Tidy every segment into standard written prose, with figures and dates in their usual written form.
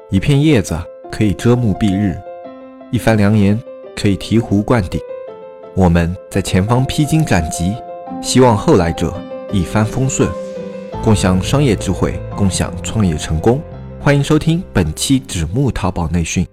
一片叶子可以遮目蔽日，一番良言可以醍醐灌顶。我们在前方披荆斩棘，希望后来者一帆风顺，共享商业智慧，共享创业成功。欢迎收听本期纸木淘宝内训。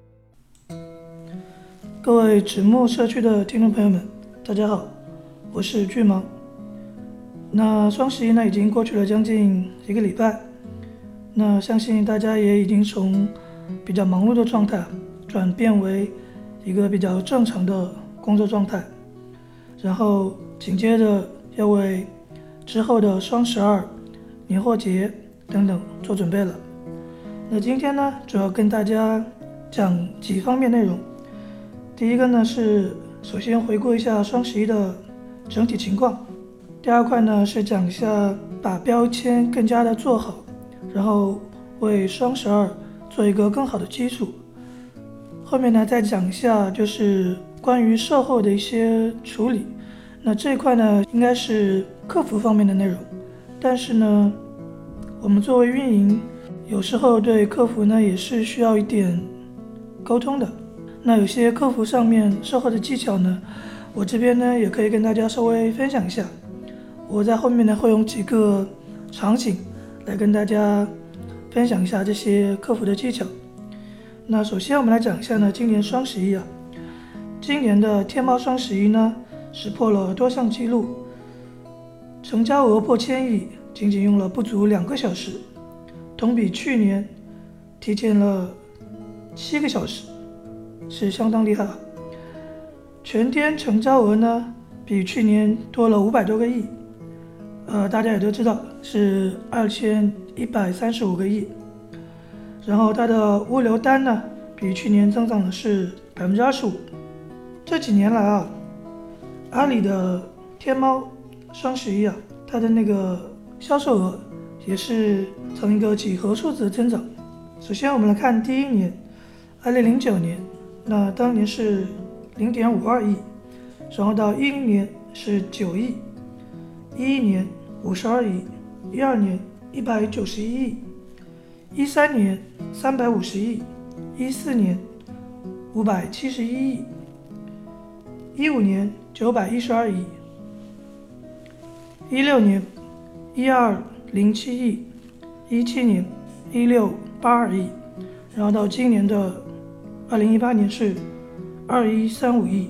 各位纸木社区的听众朋友们，大家好，我是巨芒。那双十一呢，已经过去了将近1个礼拜，那相信大家也已经从比较忙碌的状态转变为一个比较正常的工作状态，然后紧接着要为之后的双12、年货节等等做准备了。那今天呢，主要跟大家讲几方面内容。第一个呢是首先回顾一下双十一的整体情况，第二块呢是讲一下把标签更加的做好，然后为双12做一个更好的基础。后面呢再讲一下就是关于售后的一些处理，那这一块呢应该是客服方面的内容，但是呢我们作为运营，有时候对客服呢也是需要一点沟通的。那有些客服上面售后的技巧呢，我这边呢也可以跟大家稍微分享一下。我在后面呢会用几个场景来跟大家分享一下这些客服的技巧。那首先我们来讲一下呢，今年双十一今年的天猫双十一呢是破了多项记录，成交额破1000亿，仅仅用了不足2个小时，同比去年提前了7个小时，是相当厉害。全天成交额呢比去年多了500多个亿，大家也都知道是2135个亿。然后它的物流单呢比去年增长的是25%。这几年来阿里的天猫双十一它的那个销售额也是呈一个几何数字的增长。首先我们来看第一年，2009年，那当年是0.52亿，然后到10年是9亿，11年52亿，12年191亿，13年350亿，14年571亿，15年912亿，16年1207亿，17年1682亿，然后到今年的2018年是2135亿。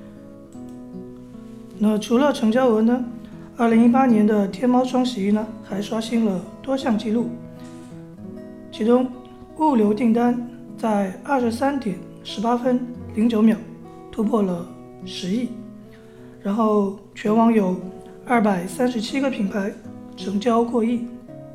那除了成交额呢，2018年的天猫双十一呢还刷新了多项记录，其中物流订单在23:18:09突破了10亿，然后全网有237个品牌成交过亿。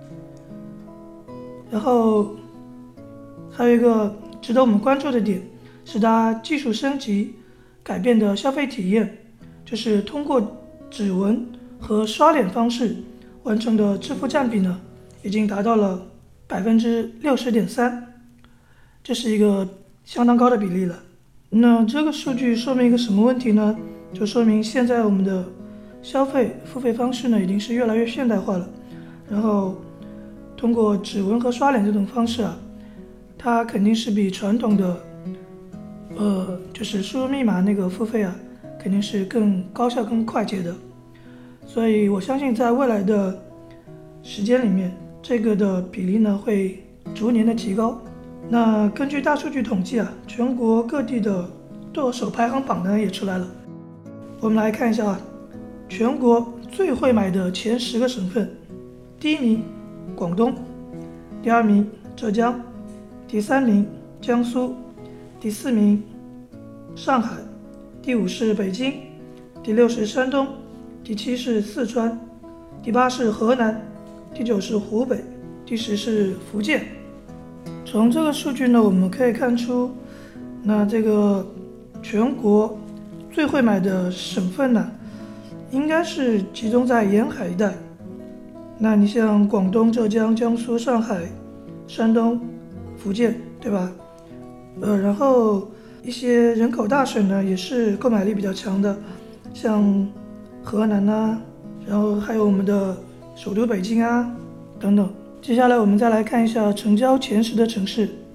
然后还有一个值得我们关注的点是它技术升级改变的消费体验，就是通过指纹和刷脸方式完成的支付占比呢已经达到了60.3%，这是一个相当高的比例了。那这个数据说明一个什么问题呢？就说明现在我们的消费付费方式呢已经是越来越现代化了，然后通过指纹和刷脸这种方式它肯定是比传统的就是输入密码那个付费肯定是更高效更快捷的。所以我相信在未来的时间里面，这个的比例呢会逐年的提高。那根据大数据统计全国各地的剁手排行榜呢也出来了。我们来看一下全国最会买的前10个省份。第1名广东，第2名浙江，第3名江苏，第4名上海，第5是北京，第6是山东，第7是四川，第8是河南，第9是湖北，第10是福建。从这个数据呢我们可以看出，那这个全国最会买的省份呢应该是集中在沿海一带。那你像广东、浙江、江苏、上海、山东、福建，对吧？然后一些人口大省呢也是购买力比较强的，像河南然后还有我们的首都北京等等。接下来我们再来看一下成交前10的城市。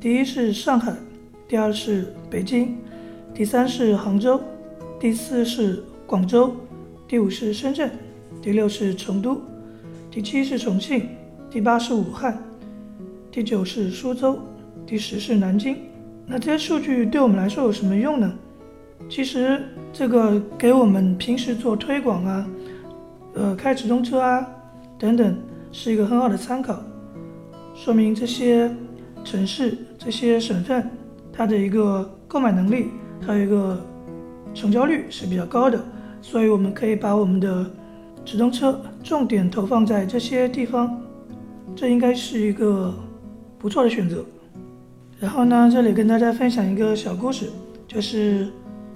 第一是上海，第二是北京，第三是杭州，第四是广州，第五是深圳，第六是成都，第七是重庆，第八是武汉，第九是苏州，第10是南京。那这些数据对我们来说有什么用呢？其实这个给我们平时做推广啊，开直通车啊等等是一个很好的参考，说明这些城市、这些省份它的一个购买能力，还有一个成交率是比较高的，所以我们可以把我们的直通车重点投放在这些地方，这应该是一个不错的选择。然后呢，这里跟大家分享一个小故事，就是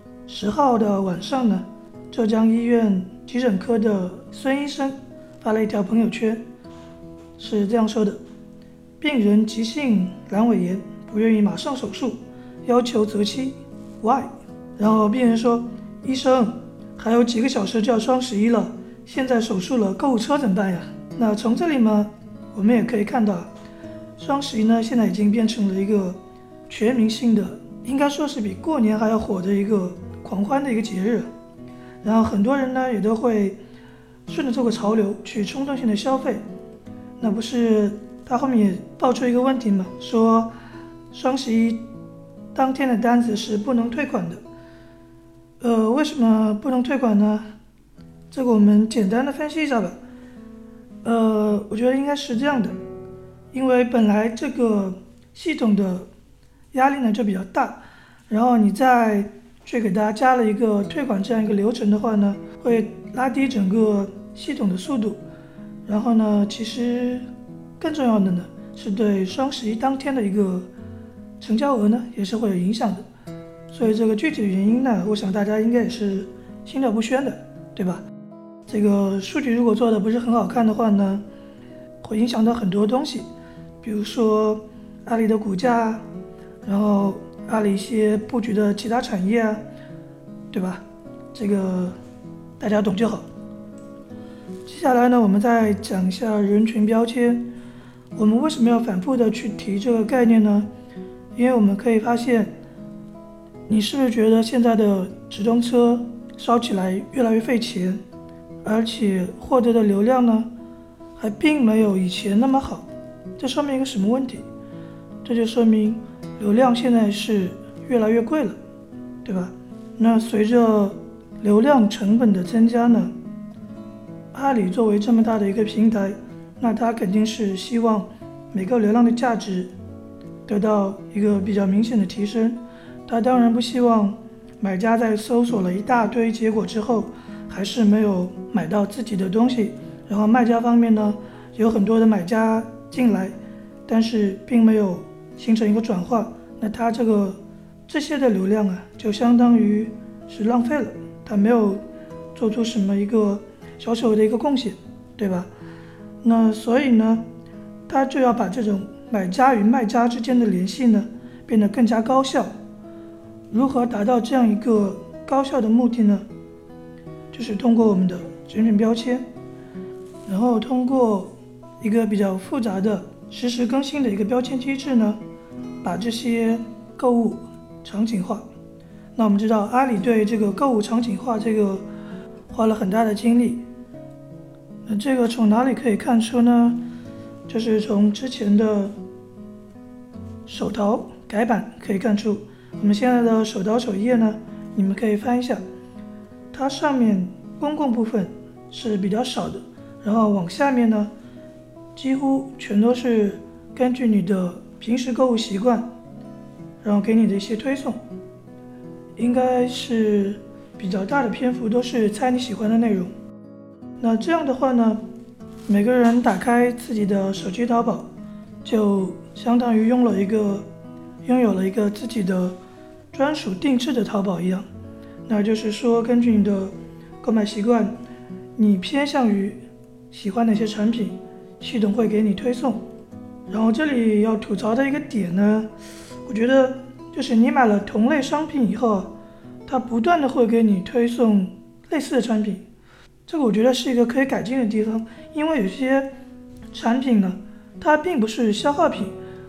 10号的晚上呢，浙江医院急诊科的孙医生发了一条朋友圈，是这样说的：病人急性阑尾炎，不愿意马上手术，要求择期 ，Why？ 然后病人说：医生，还有几个小时就要双11了，现在手术了，购物车怎么办呀？那从这里嘛，我们也可以看到，双11呢，现在已经变成了一个全民性的，应该说是比过年还要火的一个狂欢的一个节日。然后很多人呢也都会顺着这个潮流去冲动性的消费。那不是他后面也爆出一个问题嘛，说双11当天的单子是不能退款的。为什么不能退款呢？这个我们简单的分析一下吧。我觉得应该是这样的，因为本来这个系统的压力呢就比较大，然后你再去给大家加了一个退款这样一个流程的话呢，会拉低整个系统的速度。然后呢，其实更重要的呢，是对双11当天的一个成交额呢，也是会有影响的。所以这个具体的原因呢，我想大家应该也是心照不宣的，对吧？这个数据如果做的不是很好看的话呢，会影响到很多东西，比如说阿里的股价，然后阿里一些布局的其他产业啊，对吧？这个大家懂就好。接下来呢，我们再讲一下人群标签。我们为什么要反复的去提这个概念呢？因为我们可以发现，你是不是觉得现在的直通车烧起来越来越费钱，而且获得的流量呢，还并没有以前那么好？这说明一个什么问题？这就说明流量现在是越来越贵了，对吧？那随着流量成本的增加呢，阿里作为这么大的一个平台，那它肯定是希望每个流量的价值得到一个比较明显的提升。它当然不希望买家在搜索了一大堆结果之后，还是没有买到自己的东西，然后卖家方面呢，有很多的买家进来，但是并没有形成一个转化，那它这些的流量啊，就相当于是浪费了，它没有做出什么一个小手的一个贡献，对吧？那所以呢，它就要把这种买家与卖家之间的联系呢，变得更加高效。如何达到这样一个高效的目的呢？就是通过我们的人群标签，然后通过一个比较复杂的实时更新的一个标签机制呢，把这些购物场景化。那我们知道阿里对这个购物场景化这个花了很大的精力。那这个从哪里可以看出呢？就是从之前的手淘改版可以看出。我们现在的手淘首页呢，你们可以翻一下，它上面公共部分是比较少的，然后往下面呢，几乎全都是根据你的平时购物习惯，然后给你的一些推送，应该是比较大的篇幅都是猜你喜欢的内容。那这样的话呢，每个人打开自己的手机淘宝，就相当于拥有了一个自己的专属定制的淘宝一样。那就是说，根据你的购买习惯，你偏向于喜欢哪些产品，系统会给你推送。然后这里要吐槽的一个点呢，我觉得就是你买了同类商品以后，它不断的会给你推送类似的产品，这个我觉得是一个可以改进的地方。因为有些产品呢，它并不是消耗品，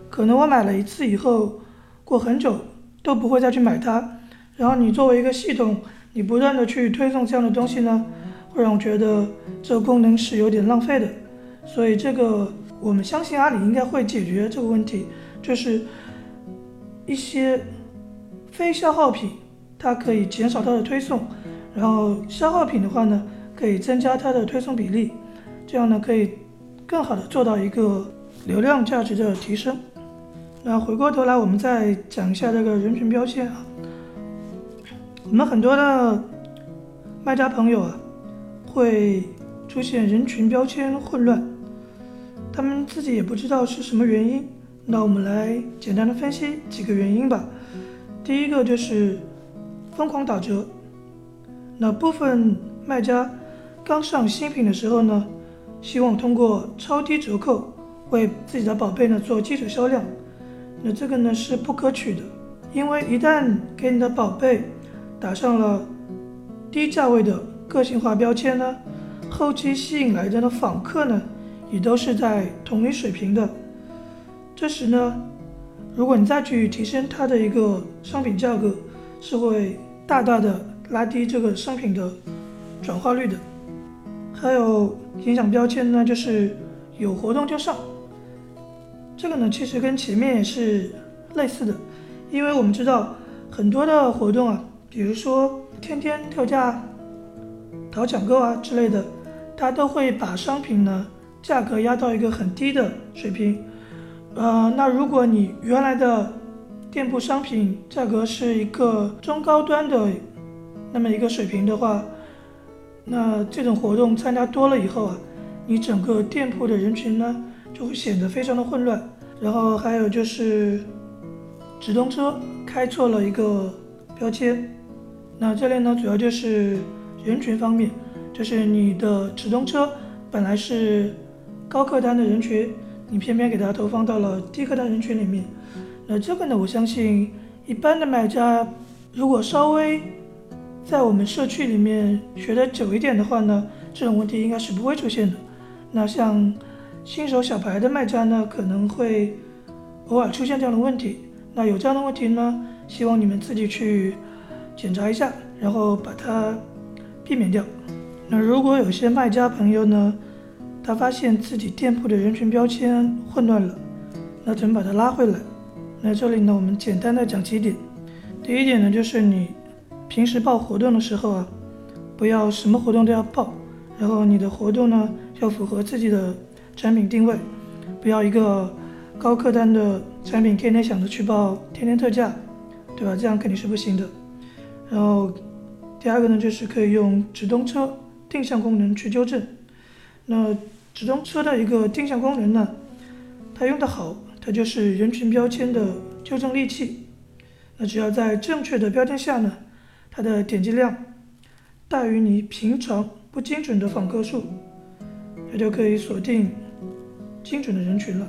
可能我买了一次以后，过很久都不会再去买它。然后你作为一个系统，你不断的去推送这样的东西呢，会让我觉得这个功能是有点浪费的。所以这个我们相信阿里应该会解决这个问题，就是一些非消耗品它可以减少它的推送，然后消耗品的话呢可以增加它的推送比例，这样呢可以更好的做到一个流量价值的提升。那回过头来我们再讲一下这个人群标签啊，我们很多的卖家朋友啊会出现人群标签混乱，他们自己也不知道是什么原因。那我们来简单的分析几个原因吧。第一个就是疯狂打折，那部分卖家刚上新品的时候呢，希望通过超低折扣为自己的宝贝呢做基础销量，那这个呢是不可取的，因为一旦给你的宝贝打上了低价位的个性化标签呢，后期吸引来的访客呢也都是在同一水平的。这时呢，如果你再去提升它的一个商品价格，是会大大的拉低这个商品的转化率的。还有影响标签呢，就是有活动就上，这个呢其实跟前面也是类似的，因为我们知道很多的活动啊，比如说天天特价、淘抢购啊之类的，它都会把商品呢价格压到一个很低的水平。那如果你原来的店铺商品价格是一个中高端的那么一个水平的话，那这种活动参加多了以后啊，你整个店铺的人群呢就会显得非常的混乱。然后还有就是直通车开错了一个标签，那这类呢主要就是人群方面，就是你的直通车本来是高客单的人群，你偏偏给它投放到了低客单人群里面。那这个呢，我相信一般的买家如果稍微在我们社区里面学得久一点的话呢，这种问题应该是不会出现的。那像新手小白的卖家呢，可能会偶尔出现这样的问题。那有这样的问题呢，希望你们自己去检查一下，然后把它避免掉。那如果有些卖家朋友呢，他发现自己店铺的人群标签混乱了，那怎么把它拉回来？那这里呢，我们简单的讲几点。第一点呢，就是你平时报活动的时候啊，不要什么活动都要报，然后你的活动呢要符合自己的产品定位，不要一个高客单的产品天天想着去报天天特价，对吧？这样肯定是不行的。然后第二个呢，就是可以用直通车定向功能去纠正。那直通车的一个定向功能呢，它用得好，它就是人群标签的纠正利器。那只要在正确的标签下呢，它的点击量大于你平常不精准的访客数，它就可以锁定精准的人群了。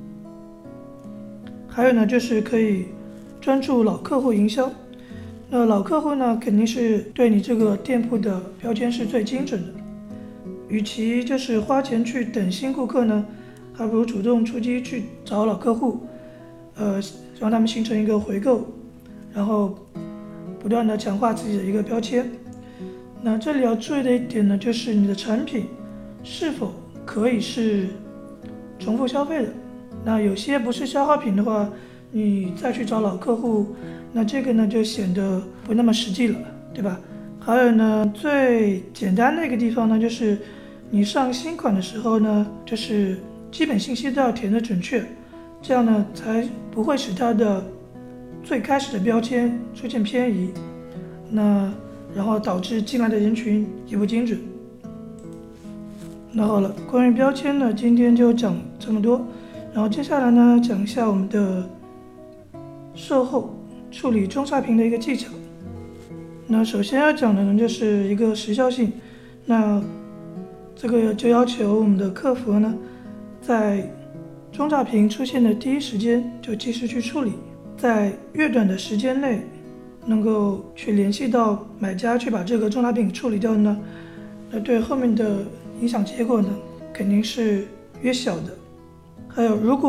还有呢，就是可以专注老客户营销。那老客户呢，肯定是对你这个店铺的标签是最精准的。与其就是花钱去等新顾客呢，还不如主动出击去找老客户，让他们形成一个回购，然后不断的强化自己的一个标签。那这里要注意的一点呢，就是你的产品是否可以是重复消费的。那有些不是消耗品的话，你再去找老客户，那这个呢就显得不那么实际了，对吧？还有呢，最简单的一个地方呢，就是你上新款的时候呢，就是基本信息都要填得准确，这样呢才不会使它的最开始的标签出现偏移，那然后导致进来的人群也不精准。那好了，关于标签呢，今天就讲这么多，然后接下来呢，讲一下我们的售后处理中差评的一个技巧。那首先要讲的呢，就是一个时效性。那这个就要求我们的客服呢，在中差评出现的第一时间就及时去处理，在越短的时间内能够去联系到买家去把这个中差评处理掉呢，那对后面的影响结果呢，肯定是越小的。还有，如果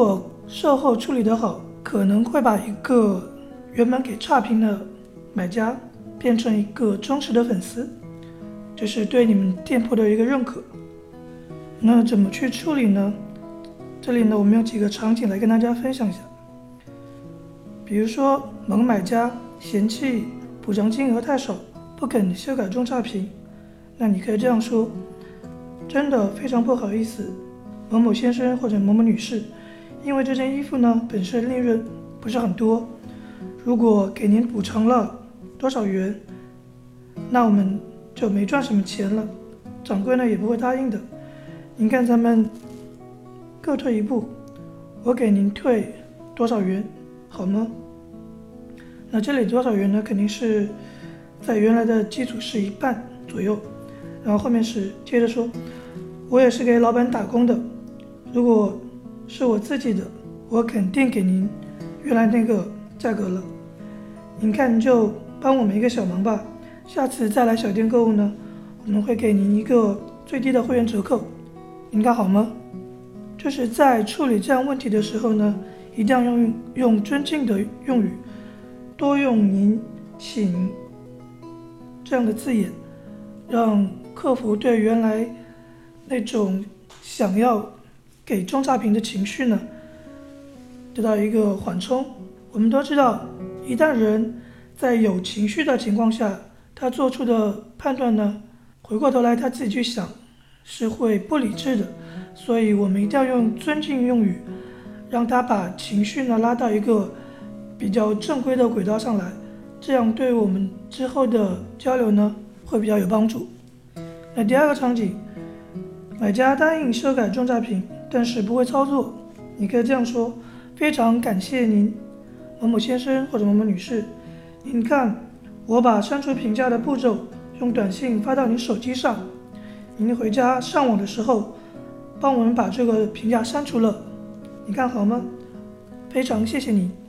售后处理得好，可能会把一个原本给差评的买家变成一个忠实的粉丝，这是对你们店铺的一个认可。那怎么去处理呢？这里呢，我们有几个场景来跟大家分享一下。比如说某个买家嫌弃补偿金额太少，不肯修改中差评，那你可以这样说：真的非常不好意思，某某先生或者某某女士，因为这件衣服呢本身利润不是很多，如果给您补偿了多少元，那我们就没赚什么钱了，掌柜呢也不会答应的。您看咱们各退一步，我给您退多少元，好吗？那这里多少元呢？肯定是在原来的基础是一半左右，然后后面是接着说，我也是给老板打工的，如果是我自己的，我肯定给您原来那个价格了。您看就帮我们一个小忙吧，下次再来小店购物呢，我们会给您一个最低的会员折扣，您看好吗？就是在处理这样问题的时候呢，一定要用尊敬的用语，多用您、请这样的字眼，让客服对原来那种想要给中差评的情绪呢得到一个缓冲。我们都知道，一旦人在有情绪的情况下，他做出的判断呢，回过头来他自己去想是会不理智的，所以我们一定要用尊敬用语，让他把情绪呢拉到一个比较正规的轨道上来，这样对我们之后的交流呢会比较有帮助。那第二个场景，买家答应修改中差评，但是不会操作，你可以这样说：非常感谢您，某某先生或者某某女士，您看我把删除评价的步骤用短信发到您手机上，您回家上网的时候帮我们把这个评价删除了，你看好吗？非常谢谢你。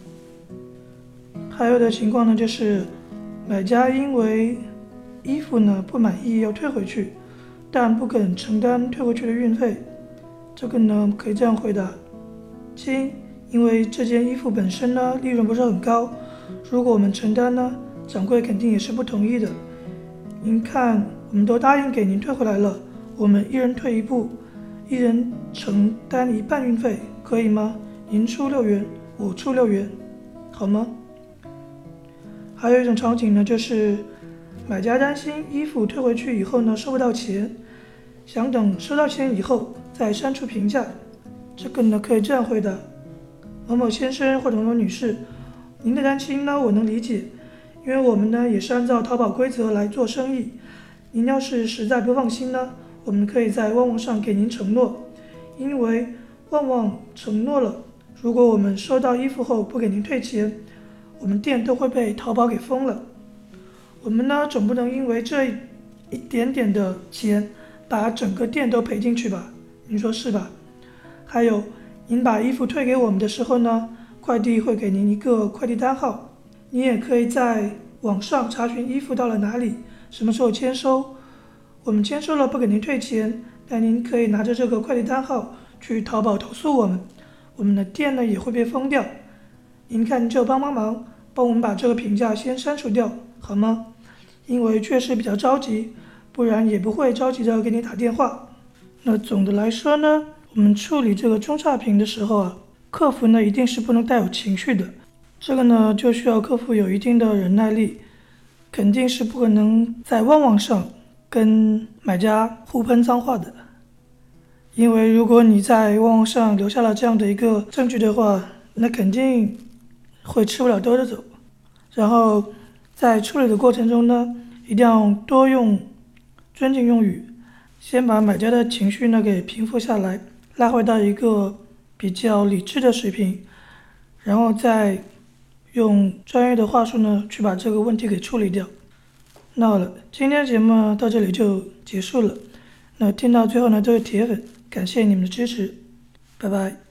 还有的情况呢，就是买家因为衣服呢不满意要退回去，但不肯承担退回去的运费，这个呢可以这样回答：亲，因为这件衣服本身呢利润不是很高，如果我们承担呢，掌柜肯定也是不同意的。您看我们都答应给您退回来了，我们一人退一步，一人承担一半运费，可以吗？您出6元，我出6元，好吗？还有一种场景呢，就是买家担心衣服退回去以后呢收不到钱，想等收到钱以后再删除评价，这个呢可以这样回答：某某先生或者某某女士，您的担心呢我能理解，因为我们呢也是按照淘宝规则来做生意，您要是实在不放心呢，我们可以在旺旺上给您承诺，因为旺旺承诺了，如果我们收到衣服后不给您退钱，我们店都会被淘宝给封了。我们呢总不能因为这一点点的钱把整个店都赔进去吧，您说是吧？还有，您把衣服退给我们的时候呢，快递会给您一个快递单号，你也可以在网上查询衣服到了哪里，什么时候签收，我们签收了不给您退钱，但您可以拿着这个快递单号去淘宝投诉我们，我们的店呢也会被封掉。您看就帮忙，帮我们把这个评价先删除掉，好吗？因为确实比较着急，不然也不会着急的给你打电话。那总的来说呢，我们处理这个中差评的时候啊，客服呢一定是不能带有情绪的，这个呢就需要客服有一定的忍耐力，肯定是不可能在旺旺上跟买家互喷脏话的，因为如果你在旺旺上留下了这样的一个证据的话，那肯定会吃不了兜着走。然后在处理的过程中呢，一定要多用尊敬用语，先把买家的情绪呢给平复下来，拉回到一个比较理智的水平，然后再用专业的话术呢去把这个问题给处理掉。那好了，今天的节目到这里就结束了。那听到最后呢都是铁粉，感谢你们的支持，拜拜。